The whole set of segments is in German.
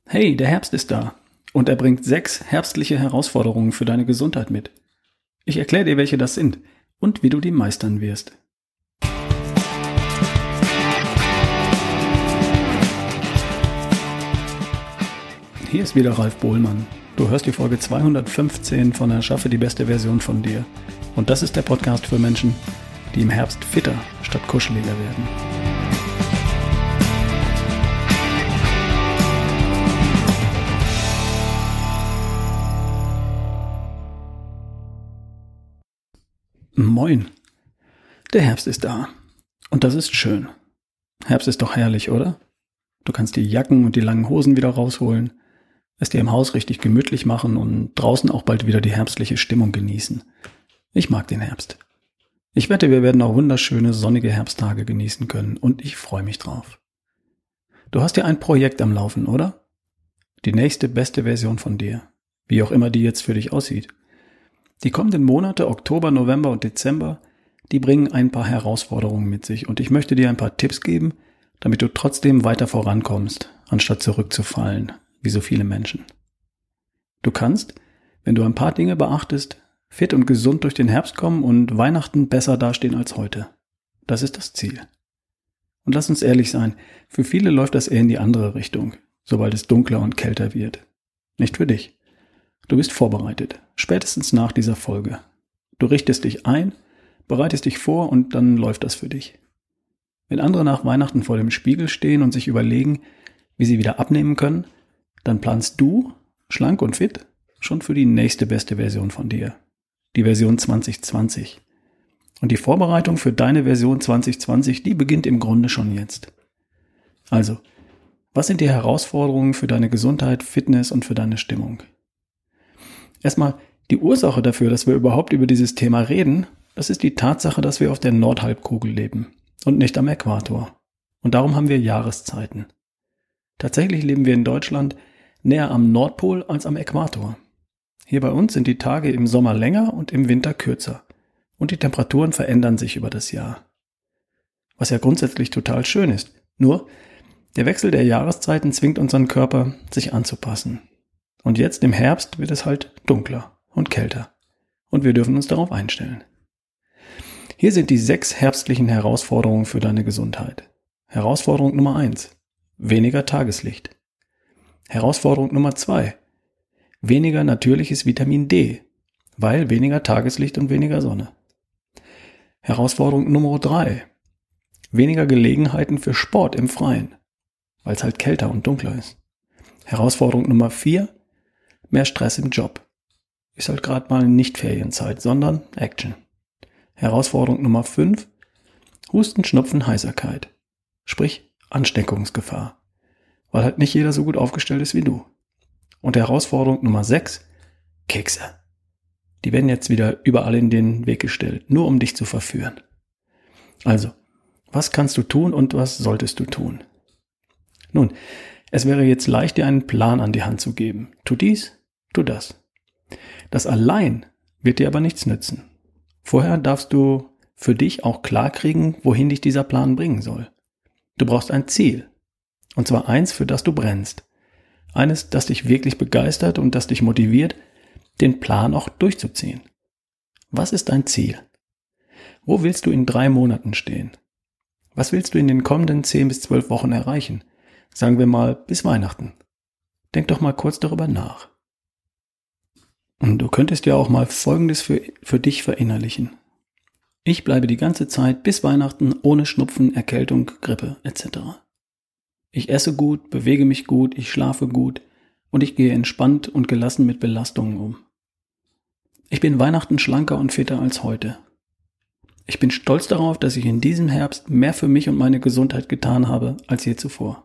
Hey, der Herbst ist da und er bringt 6 herbstliche Herausforderungen für deine Gesundheit mit. Ich erkläre dir, welche das sind und wie du die meistern wirst. Hier ist wieder Ralf Bohlmann. Du hörst die Folge 215 von Erschaffe die beste Version von dir. Und das ist der Podcast für Menschen, die im Herbst fitter statt kuscheliger werden. Moin. Der Herbst ist da. Und das ist schön. Herbst ist doch herrlich, oder? Du kannst die Jacken und die langen Hosen wieder rausholen, es dir im Haus richtig gemütlich machen und draußen auch bald wieder die herbstliche Stimmung genießen. Ich mag den Herbst. Ich wette, wir werden auch wunderschöne sonnige Herbsttage genießen können und ich freue mich drauf. Du hast ja ein Projekt am Laufen, oder? Die nächste beste Version von dir, wie auch immer die jetzt für dich aussieht. Die kommenden Monate, Oktober, November und Dezember, die bringen ein paar Herausforderungen mit sich und ich möchte dir ein paar Tipps geben, damit du trotzdem weiter vorankommst, anstatt zurückzufallen, wie so viele Menschen. Du kannst, wenn du ein paar Dinge beachtest, fit und gesund durch den Herbst kommen und Weihnachten besser dastehen als heute. Das ist das Ziel. Und lass uns ehrlich sein, für viele läuft das eher in die andere Richtung, sobald es dunkler und kälter wird. Nicht für dich. Du bist vorbereitet, spätestens nach dieser Folge. Du richtest dich ein, bereitest dich vor und dann läuft das für dich. Wenn andere nach Weihnachten vor dem Spiegel stehen und sich überlegen, wie sie wieder abnehmen können, dann planst du, schlank und fit, schon für die nächste beste Version von dir. Die Version 2020. Und die Vorbereitung für deine Version 2020, die beginnt im Grunde schon jetzt. Also, was sind die Herausforderungen für deine Gesundheit, Fitness und für deine Stimmung? Erstmal, die Ursache dafür, dass wir überhaupt über dieses Thema reden, das ist die Tatsache, dass wir auf der Nordhalbkugel leben und nicht am Äquator. Und darum haben wir Jahreszeiten. Tatsächlich leben wir in Deutschland näher am Nordpol als am Äquator. Hier bei uns sind die Tage im Sommer länger und im Winter kürzer. Und die Temperaturen verändern sich über das Jahr. Was ja grundsätzlich total schön ist. Nur, der Wechsel der Jahreszeiten zwingt unseren Körper, sich anzupassen. Und jetzt im Herbst wird es halt dunkler und kälter. Und wir dürfen uns darauf einstellen. Hier sind die 6 herbstlichen Herausforderungen für deine Gesundheit. Herausforderung Nummer 1. Weniger Tageslicht. Herausforderung Nummer 2. Weniger natürliches Vitamin D, weil weniger Tageslicht und weniger Sonne. Herausforderung Nummer 3. Weniger Gelegenheiten für Sport im Freien, weil es halt kälter und dunkler ist. Herausforderung Nummer 4. Mehr Stress im Job. Ist halt gerade mal nicht Ferienzeit, sondern Action. Herausforderung Nummer 5. Husten, Schnupfen, Heiserkeit. Sprich Ansteckungsgefahr. Weil halt nicht jeder so gut aufgestellt ist wie du. Und Herausforderung Nummer 6. Kekse. Die werden jetzt wieder überall in den Weg gestellt, nur um dich zu verführen. Also, was kannst du tun und was solltest du tun? Nun, es wäre jetzt leicht, dir einen Plan an die Hand zu geben. Tu dies, tu das. Das allein wird dir aber nichts nützen. Vorher darfst du für dich auch klarkriegen, wohin dich dieser Plan bringen soll. Du brauchst ein Ziel. Und zwar eins, für das du brennst. Eines, das dich wirklich begeistert und das dich motiviert, den Plan auch durchzuziehen. Was ist dein Ziel? Wo willst du in 3 Monaten stehen? Was willst du in den kommenden 10 bis 12 Wochen erreichen? Sagen wir mal bis Weihnachten. Denk doch mal kurz darüber nach. Und du könntest ja auch mal Folgendes für dich verinnerlichen. Ich bleibe die ganze Zeit bis Weihnachten ohne Schnupfen, Erkältung, Grippe etc. Ich esse gut, bewege mich gut, ich schlafe gut und ich gehe entspannt und gelassen mit Belastungen um. Ich bin Weihnachten schlanker und fitter als heute. Ich bin stolz darauf, dass ich in diesem Herbst mehr für mich und meine Gesundheit getan habe als je zuvor.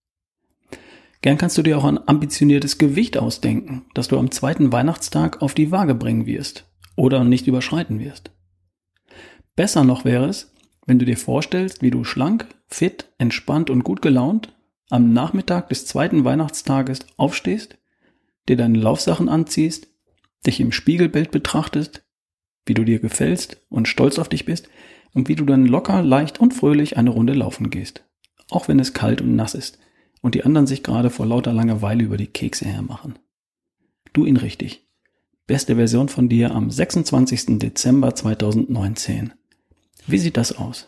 Gern kannst du dir auch ein ambitioniertes Gewicht ausdenken, das du am 2. Weihnachtstag auf die Waage bringen wirst oder nicht überschreiten wirst. Besser noch wäre es, wenn du dir vorstellst, wie du schlank, fit, entspannt und gut gelaunt am Nachmittag des 2. Weihnachtstages aufstehst, dir deine Laufsachen anziehst, dich im Spiegelbild betrachtest, wie du dir gefällst und stolz auf dich bist und wie du dann locker, leicht und fröhlich eine Runde laufen gehst, auch wenn es kalt und nass ist und die anderen sich gerade vor lauter Langeweile über die Kekse hermachen. Du ihn richtig. Beste Version von dir am 26. Dezember 2019. Wie sieht das aus?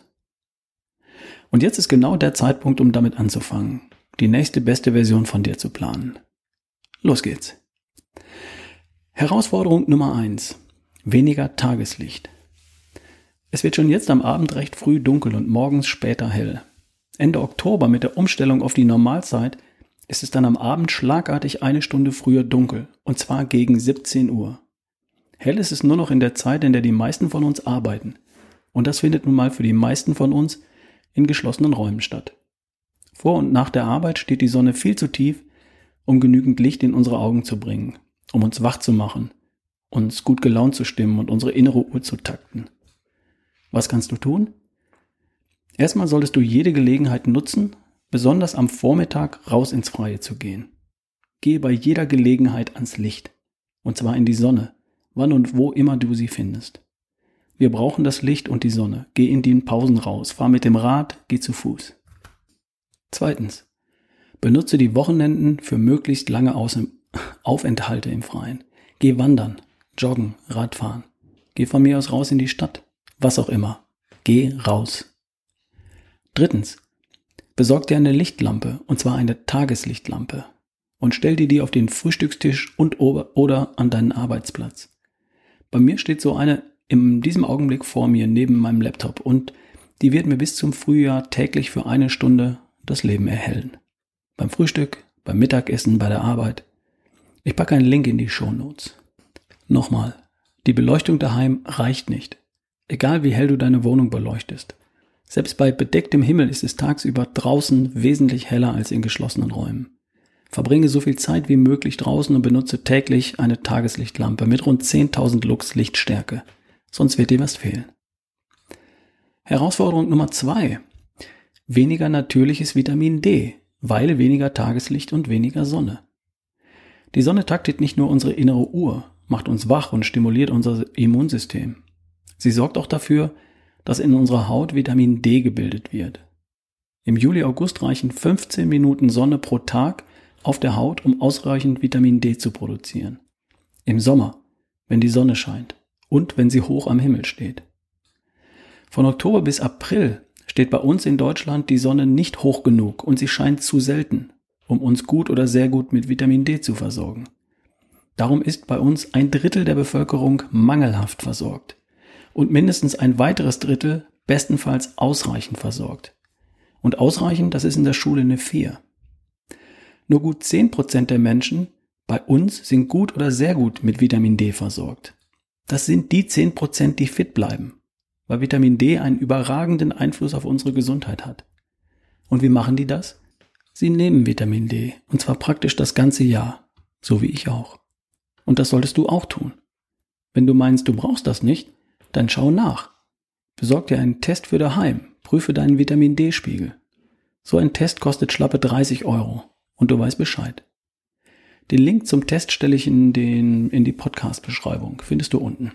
Und jetzt ist genau der Zeitpunkt, um damit anzufangen, die nächste beste Version von dir zu planen. Los geht's. Herausforderung Nummer 1. Weniger Tageslicht. Es wird schon jetzt am Abend recht früh dunkel und morgens später hell. Ende Oktober mit der Umstellung auf die Normalzeit ist es dann am Abend schlagartig 1 Stunde früher dunkel, und zwar gegen 17 Uhr. Hell ist es nur noch in der Zeit, in der die meisten von uns arbeiten. Und das findet nun mal für die meisten von uns in geschlossenen Räumen statt. Vor und nach der Arbeit steht die Sonne viel zu tief, um genügend Licht in unsere Augen zu bringen, um uns wach zu machen, uns gut gelaunt zu stimmen und unsere innere Uhr zu takten. Was kannst du tun? Erstmal solltest du jede Gelegenheit nutzen, besonders am Vormittag raus ins Freie zu gehen. Gehe bei jeder Gelegenheit ans Licht, und zwar in die Sonne, wann und wo immer du sie findest. Wir brauchen das Licht und die Sonne. Geh in den Pausen raus, fahr mit dem Rad, geh zu Fuß. 2. Benutze die Wochenenden für möglichst lange Aufenthalte im Freien. Geh wandern, joggen, Radfahren. Geh von mir aus raus in die Stadt. Was auch immer. Geh raus. 3. Besorg dir eine Lichtlampe, und zwar eine Tageslichtlampe. Und stell dir die auf den Frühstückstisch und oder an deinen Arbeitsplatz. Bei mir steht so eine in diesem Augenblick vor mir neben meinem Laptop und die wird mir bis zum Frühjahr täglich für 1 Stunde das Leben erhellen. Beim Frühstück, beim Mittagessen, bei der Arbeit. Ich packe einen Link in die Shownotes. Nochmal, die Beleuchtung daheim reicht nicht. Egal wie hell du deine Wohnung beleuchtest. Selbst bei bedecktem Himmel ist es tagsüber draußen wesentlich heller als in geschlossenen Räumen. Verbringe so viel Zeit wie möglich draußen und benutze täglich eine Tageslichtlampe mit rund 10.000 Lux Lichtstärke. Sonst wird dir was fehlen. Herausforderung Nummer 2. Weniger natürliches Vitamin D, weil weniger Tageslicht und weniger Sonne. Die Sonne taktet nicht nur unsere innere Uhr, macht uns wach und stimuliert unser Immunsystem. Sie sorgt auch dafür, dass in unserer Haut Vitamin D gebildet wird. Im Juli-August reichen 15 Minuten Sonne pro Tag auf der Haut, um ausreichend Vitamin D zu produzieren. Im Sommer, wenn die Sonne scheint und wenn sie hoch am Himmel steht. Von Oktober bis April steht bei uns in Deutschland die Sonne nicht hoch genug und sie scheint zu selten, um uns gut oder sehr gut mit Vitamin D zu versorgen. Darum ist bei uns 1/3 der Bevölkerung mangelhaft versorgt und mindestens ein weiteres Drittel bestenfalls ausreichend versorgt. Und ausreichend, das ist in der Schule eine 4. Nur gut 10% der Menschen bei uns sind gut oder sehr gut mit Vitamin D versorgt. Das sind die 10%, die fit bleiben, weil Vitamin D einen überragenden Einfluss auf unsere Gesundheit hat. Und wie machen die das? Sie nehmen Vitamin D, und zwar praktisch das ganze Jahr, so wie ich auch. Und das solltest du auch tun. Wenn du meinst, du brauchst das nicht, dann schau nach. Besorg dir einen Test für daheim, prüfe deinen Vitamin D-Spiegel. So ein Test kostet schlappe 30 € und du weißt Bescheid. Den Link zum Test stelle ich in die Podcast-Beschreibung, findest du unten.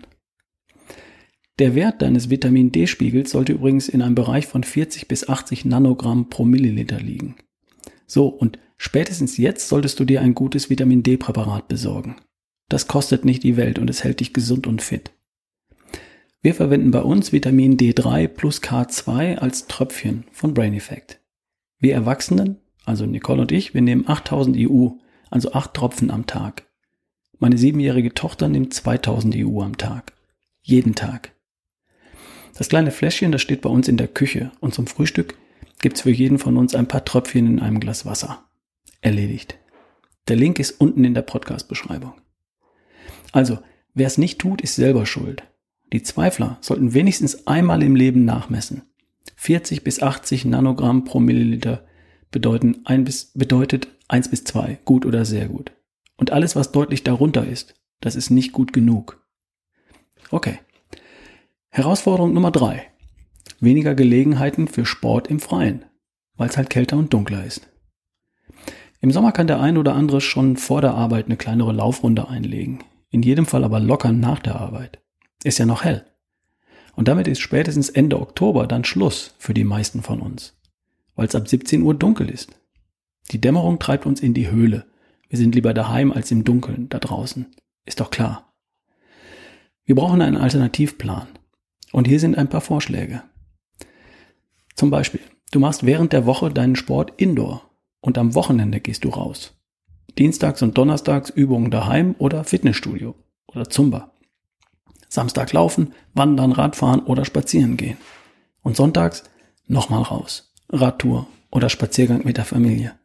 Der Wert deines Vitamin D-Spiegels sollte übrigens in einem Bereich von 40 bis 80 Nanogramm pro Milliliter liegen. So, und spätestens jetzt solltest du dir ein gutes Vitamin D-Präparat besorgen. Das kostet nicht die Welt und es hält dich gesund und fit. Wir verwenden bei uns Vitamin D3 plus K2 als Tröpfchen von Brain Effect. Wir Erwachsenen, also Nicole und ich, wir nehmen 8000 IU, also 8 Tropfen am Tag. Meine 7-jährige Tochter nimmt 2000 IU am Tag. Jeden Tag. Das kleine Fläschchen, das steht bei uns in der Küche und zum Frühstück gibt's für jeden von uns ein paar Tröpfchen in einem Glas Wasser. Erledigt. Der Link ist unten in der Podcast-Beschreibung. Also, wer es nicht tut, ist selber schuld. Die Zweifler sollten wenigstens einmal im Leben nachmessen. 40 bis 80 Nanogramm pro Milliliter bedeutet 1 bis 2, gut oder sehr gut. Und alles, was deutlich darunter ist, das ist nicht gut genug. Okay. Herausforderung Nummer 3. Weniger Gelegenheiten für Sport im Freien, weil es halt kälter und dunkler ist. Im Sommer kann der ein oder andere schon vor der Arbeit eine kleinere Laufrunde einlegen. In jedem Fall aber locker nach der Arbeit. Ist ja noch hell. Und damit ist spätestens Ende Oktober dann Schluss für die meisten von uns, weil es ab 17 Uhr dunkel ist. Die Dämmerung treibt uns in die Höhle. Wir sind lieber daheim als im Dunkeln da draußen. Ist doch klar. Wir brauchen einen Alternativplan. Und hier sind ein paar Vorschläge. Zum Beispiel, du machst während der Woche deinen Sport indoor und am Wochenende gehst du raus. Dienstags und Donnerstags Übungen daheim oder Fitnessstudio oder Zumba. Samstag laufen, wandern, Radfahren oder spazieren gehen. Und sonntags nochmal raus. Radtour oder Spaziergang mit der Familie.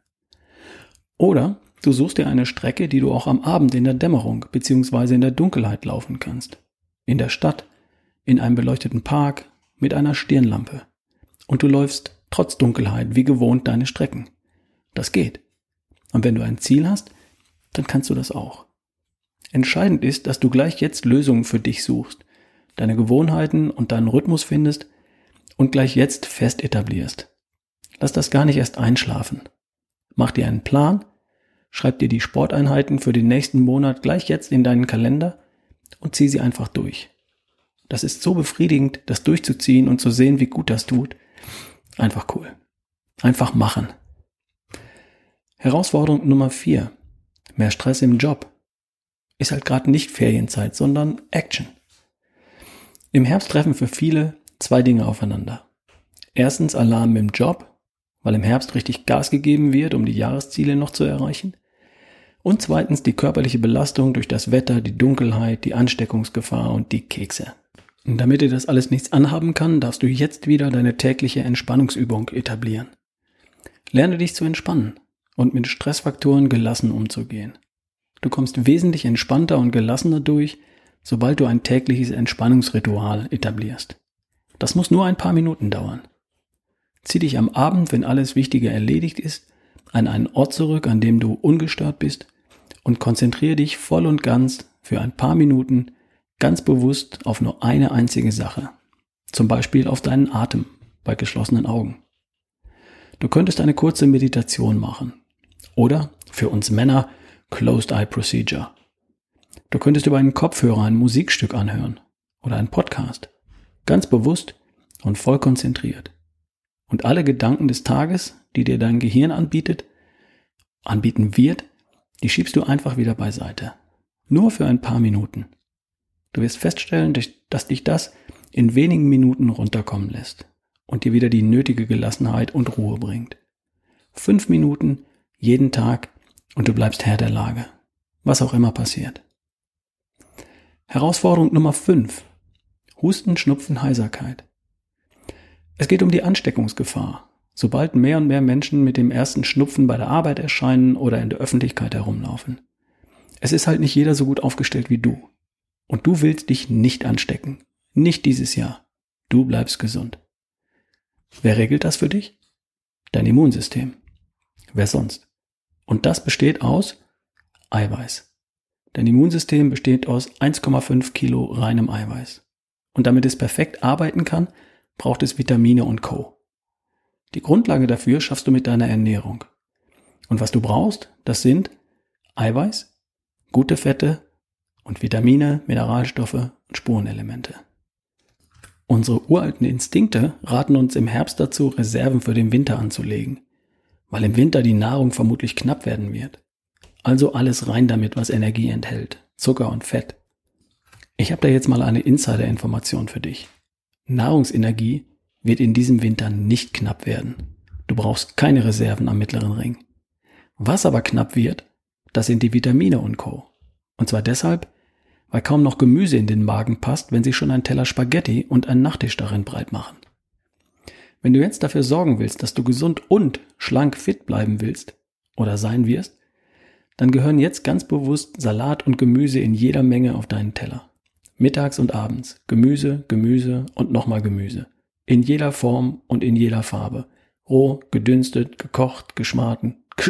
Oder du suchst dir eine Strecke, die du auch am Abend in der Dämmerung bzw. in der Dunkelheit laufen kannst. In der Stadt, in einem beleuchteten Park, mit einer Stirnlampe. Und du läufst trotz Dunkelheit wie gewohnt deine Strecken. Das geht. Und wenn du ein Ziel hast, dann kannst du das auch. Entscheidend ist, dass du gleich jetzt Lösungen für dich suchst, deine Gewohnheiten und deinen Rhythmus findest und gleich jetzt fest etablierst. Lass das gar nicht erst einschlafen. Mach dir einen Plan, schreib dir die Sporteinheiten für den nächsten Monat gleich jetzt in deinen Kalender und zieh sie einfach durch. Das ist so befriedigend, das durchzuziehen und zu sehen, wie gut das tut. Einfach cool. Einfach machen. Herausforderung Nummer 4. Mehr Stress im Job. Ist halt gerade nicht Ferienzeit, sondern Action. Im Herbst treffen für viele 2 Dinge aufeinander. Erstens Alarm im Job, weil im Herbst richtig Gas gegeben wird, um die Jahresziele noch zu erreichen. Und zweitens die körperliche Belastung durch das Wetter, die Dunkelheit, die Ansteckungsgefahr und die Kekse. Und damit dir das alles nichts anhaben kann, darfst du jetzt wieder deine tägliche Entspannungsübung etablieren. Lerne dich zu entspannen und mit Stressfaktoren gelassen umzugehen. Du kommst wesentlich entspannter und gelassener durch, sobald du ein tägliches Entspannungsritual etablierst. Das muss nur ein paar Minuten dauern. Zieh dich am Abend, wenn alles Wichtige erledigt ist, an einen Ort zurück, an dem du ungestört bist und konzentriere dich voll und ganz für ein paar Minuten ganz bewusst auf nur eine einzige Sache. Zum Beispiel auf deinen Atem bei geschlossenen Augen. Du könntest eine kurze Meditation machen. Oder, für uns Männer, Closed Eye Procedure. Du könntest über einen Kopfhörer ein Musikstück anhören oder einen Podcast. Ganz bewusst und voll konzentriert. Und alle Gedanken des Tages, die dir dein Gehirn anbieten wird, die schiebst du einfach wieder beiseite. Nur für ein paar Minuten. Du wirst feststellen, dass dich das in wenigen Minuten runterkommen lässt und dir wieder die nötige Gelassenheit und Ruhe bringt. 5 Minuten jeden Tag und du bleibst Herr der Lage, was auch immer passiert. Herausforderung Nummer 5. Husten, Schnupfen, Heiserkeit. Es geht um die Ansteckungsgefahr, sobald mehr und mehr Menschen mit dem ersten Schnupfen bei der Arbeit erscheinen oder in der Öffentlichkeit herumlaufen. Es ist halt nicht jeder so gut aufgestellt wie du. Und du willst dich nicht anstecken. Nicht dieses Jahr. Du bleibst gesund. Wer regelt das für dich? Dein Immunsystem. Wer sonst? Und das besteht aus Eiweiß. Dein Immunsystem besteht aus 1,5 Kilo reinem Eiweiß. Und damit es perfekt arbeiten kann, braucht es Vitamine und Co. Die Grundlage dafür schaffst du mit deiner Ernährung. Und was du brauchst, das sind Eiweiß, gute Fette und Vitamine, Mineralstoffe und Spurenelemente. Unsere uralten Instinkte raten uns im Herbst dazu, Reserven für den Winter anzulegen, weil im Winter die Nahrung vermutlich knapp werden wird. Also alles rein damit, was Energie enthält, Zucker und Fett. Ich habe da jetzt mal eine Insider-Information für dich. Nahrungsenergie wird in diesem Winter nicht knapp werden. Du brauchst keine Reserven am mittleren Ring. Was aber knapp wird, das sind die Vitamine und Co. Und zwar deshalb, weil kaum noch Gemüse in den Magen passt, wenn sich schon ein Teller Spaghetti und ein Nachtisch darin breit machen. Wenn du jetzt dafür sorgen willst, dass du gesund und schlank fit bleiben willst oder sein wirst, dann gehören jetzt ganz bewusst Salat und Gemüse in jeder Menge auf deinen Teller. Mittags und abends Gemüse, Gemüse und nochmal Gemüse. In jeder Form und in jeder Farbe. Roh, gedünstet, gekocht, geschmort,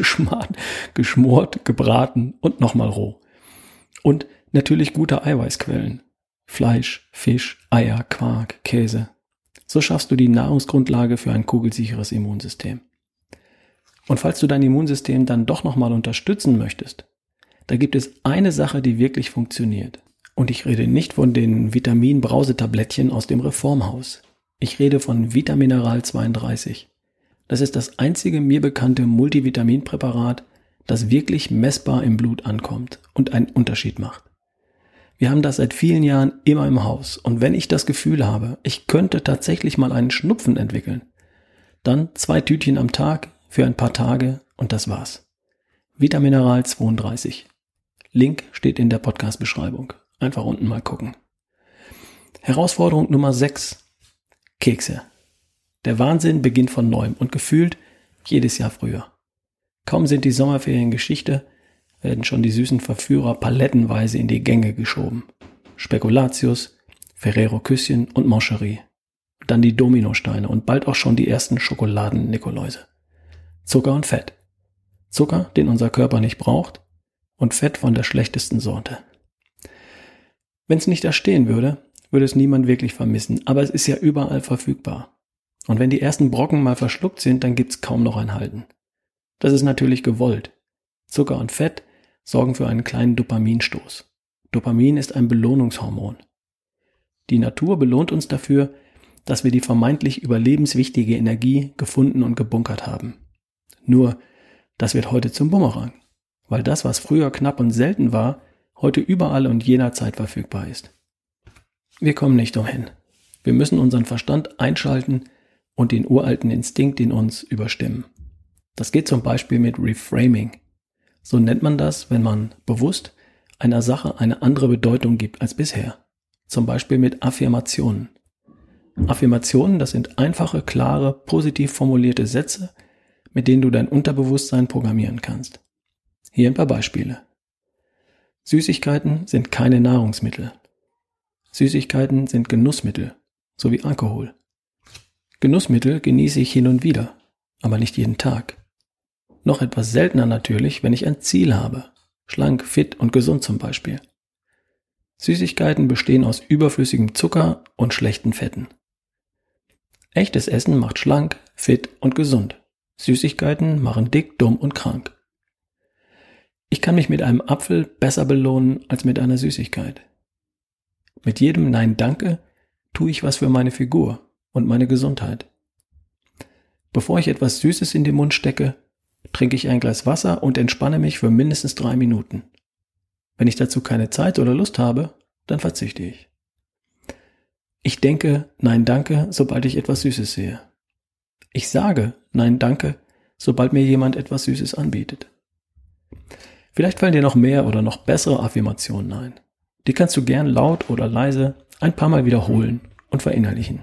gebraten und nochmal roh. Und natürlich gute Eiweißquellen. Fleisch, Fisch, Eier, Quark, Käse. So schaffst du die Nahrungsgrundlage für ein kugelsicheres Immunsystem. Und falls du dein Immunsystem dann doch nochmal unterstützen möchtest, da gibt es eine Sache, die wirklich funktioniert. Und ich rede nicht von den Vitamin-Brausetablettchen aus dem Reformhaus. Ich rede von Vitamineral 32. Das ist das einzige mir bekannte Multivitaminpräparat, das wirklich messbar im Blut ankommt und einen Unterschied macht. Wir haben das seit vielen Jahren immer im Haus und wenn ich das Gefühl habe, ich könnte tatsächlich mal einen Schnupfen entwickeln, dann 2 Tütchen am Tag für ein paar Tage und das war's. Vitamineral 32. Link steht in der Podcast-Beschreibung. Einfach unten mal gucken. Herausforderung Nummer 6. Kekse. Der Wahnsinn beginnt von neuem und gefühlt jedes Jahr früher. Kaum sind die Sommerferien Geschichte, werden schon die süßen Verführer palettenweise in die Gänge geschoben. Spekulatius, Ferrero Küsschen und Moncherie. Dann die Dominosteine und bald auch schon die ersten Schokoladen-Nikoläuse. Zucker und Fett. Zucker, den unser Körper nicht braucht, und Fett von der schlechtesten Sorte. Wenn es nicht da stehen würde, würde es niemand wirklich vermissen, aber es ist ja überall verfügbar. Und wenn die ersten Brocken mal verschluckt sind, dann gibt's kaum noch ein Halten. Das ist natürlich gewollt. Zucker und Fett sorgen für einen kleinen Dopaminstoß. Dopamin ist ein Belohnungshormon. Die Natur belohnt uns dafür, dass wir die vermeintlich überlebenswichtige Energie gefunden und gebunkert haben. Nur, das wird heute zum Bumerang, weil das, was früher knapp und selten war, heute überall und jederzeit verfügbar ist. Wir kommen nicht umhin. Wir müssen unseren Verstand einschalten und den uralten Instinkt in uns überstimmen. Das geht zum Beispiel mit Reframing. So nennt man das, wenn man bewusst einer Sache eine andere Bedeutung gibt als bisher. Zum Beispiel mit Affirmationen. Affirmationen, das sind einfache, klare, positiv formulierte Sätze, mit denen du dein Unterbewusstsein programmieren kannst. Hier ein paar Beispiele. Süßigkeiten sind keine Nahrungsmittel. Süßigkeiten sind Genussmittel, so wie Alkohol. Genussmittel genieße ich hin und wieder, aber nicht jeden Tag. Noch etwas seltener natürlich, wenn ich ein Ziel habe. Schlank, fit und gesund zum Beispiel. Süßigkeiten bestehen aus überflüssigem Zucker und schlechten Fetten. Echtes Essen macht schlank, fit und gesund. Süßigkeiten machen dick, dumm und krank. Ich kann mich mit einem Apfel besser belohnen als mit einer Süßigkeit. Mit jedem Nein Danke tue ich was für meine Figur und meine Gesundheit. Bevor ich etwas Süßes in den Mund stecke, trinke ich ein Glas Wasser und entspanne mich für mindestens 3 Minuten. Wenn ich dazu keine Zeit oder Lust habe, dann verzichte ich. Ich denke Nein Danke, sobald ich etwas Süßes sehe. Ich sage Nein Danke, sobald mir jemand etwas Süßes anbietet. Vielleicht fallen dir noch mehr oder noch bessere Affirmationen ein. Die kannst du gern laut oder leise ein paar Mal wiederholen und verinnerlichen.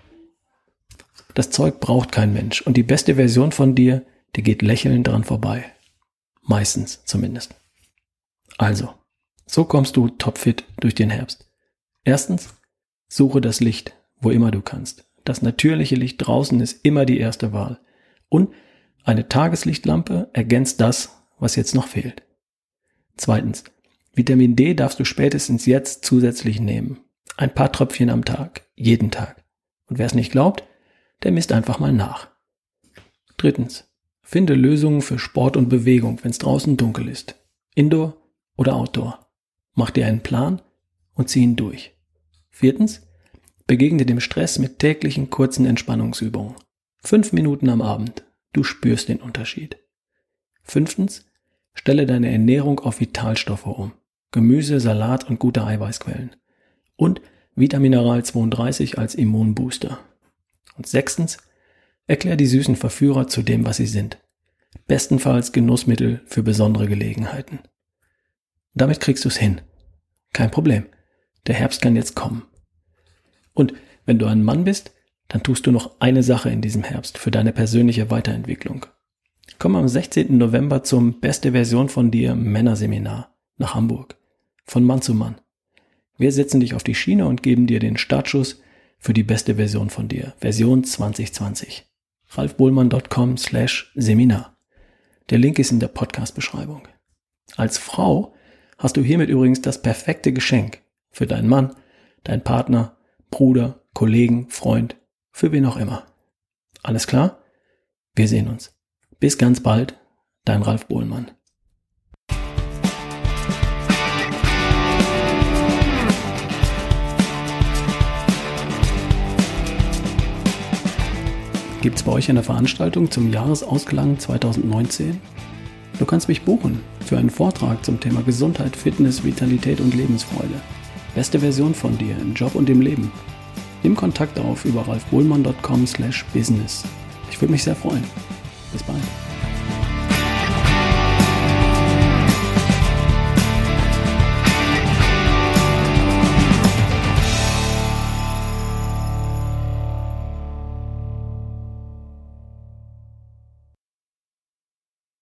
Das Zeug braucht kein Mensch und die beste Version von dir, die geht lächelnd dran vorbei. Meistens zumindest. Also, so kommst du topfit durch den Herbst. Erstens, suche das Licht, wo immer du kannst. Das natürliche Licht draußen ist immer die erste Wahl. Und eine Tageslichtlampe ergänzt das, was jetzt noch fehlt. Zweitens, Vitamin D darfst du spätestens jetzt zusätzlich nehmen. Ein paar Tröpfchen am Tag, jeden Tag. Und wer es nicht glaubt, der misst einfach mal nach. Drittens, finde Lösungen für Sport und Bewegung, wenn es draußen dunkel ist. Indoor oder Outdoor. Mach dir einen Plan und zieh ihn durch. Viertens, begegne dem Stress mit täglichen kurzen Entspannungsübungen. 5 Minuten am Abend. Du spürst den Unterschied. Fünftens, stelle deine Ernährung auf Vitalstoffe um. Gemüse, Salat und gute Eiweißquellen. Und Vitamineral 32 als Immunbooster. Und sechstens, erklär die süßen Verführer zu dem, was sie sind. Bestenfalls Genussmittel für besondere Gelegenheiten. Damit kriegst du es hin. Kein Problem. Der Herbst kann jetzt kommen. Und wenn du ein Mann bist, dann tust du noch eine Sache in diesem Herbst für deine persönliche Weiterentwicklung. Komm am 16. November zum Beste Version von dir Männerseminar nach Hamburg. Von Mann zu Mann. Wir setzen dich auf die Schiene und geben dir den Startschuss für die beste Version von dir. Version 2020. ralfbohlmann.com/Seminar. Der Link ist in der Podcast-Beschreibung. Als Frau hast du hiermit übrigens das perfekte Geschenk für deinen Mann, deinen Partner, Bruder, Kollegen, Freund, für wen auch immer. Alles klar? Wir sehen uns. Bis ganz bald, dein Ralf Bohlmann. Gibt's bei euch eine Veranstaltung zum Jahresausklang 2019? Du kannst mich buchen für einen Vortrag zum Thema Gesundheit, Fitness, Vitalität und Lebensfreude. Beste Version von dir im Job und im Leben. Nimm Kontakt auf über ralfbohlmann.com/business. Ich würde mich sehr freuen. Bis bald.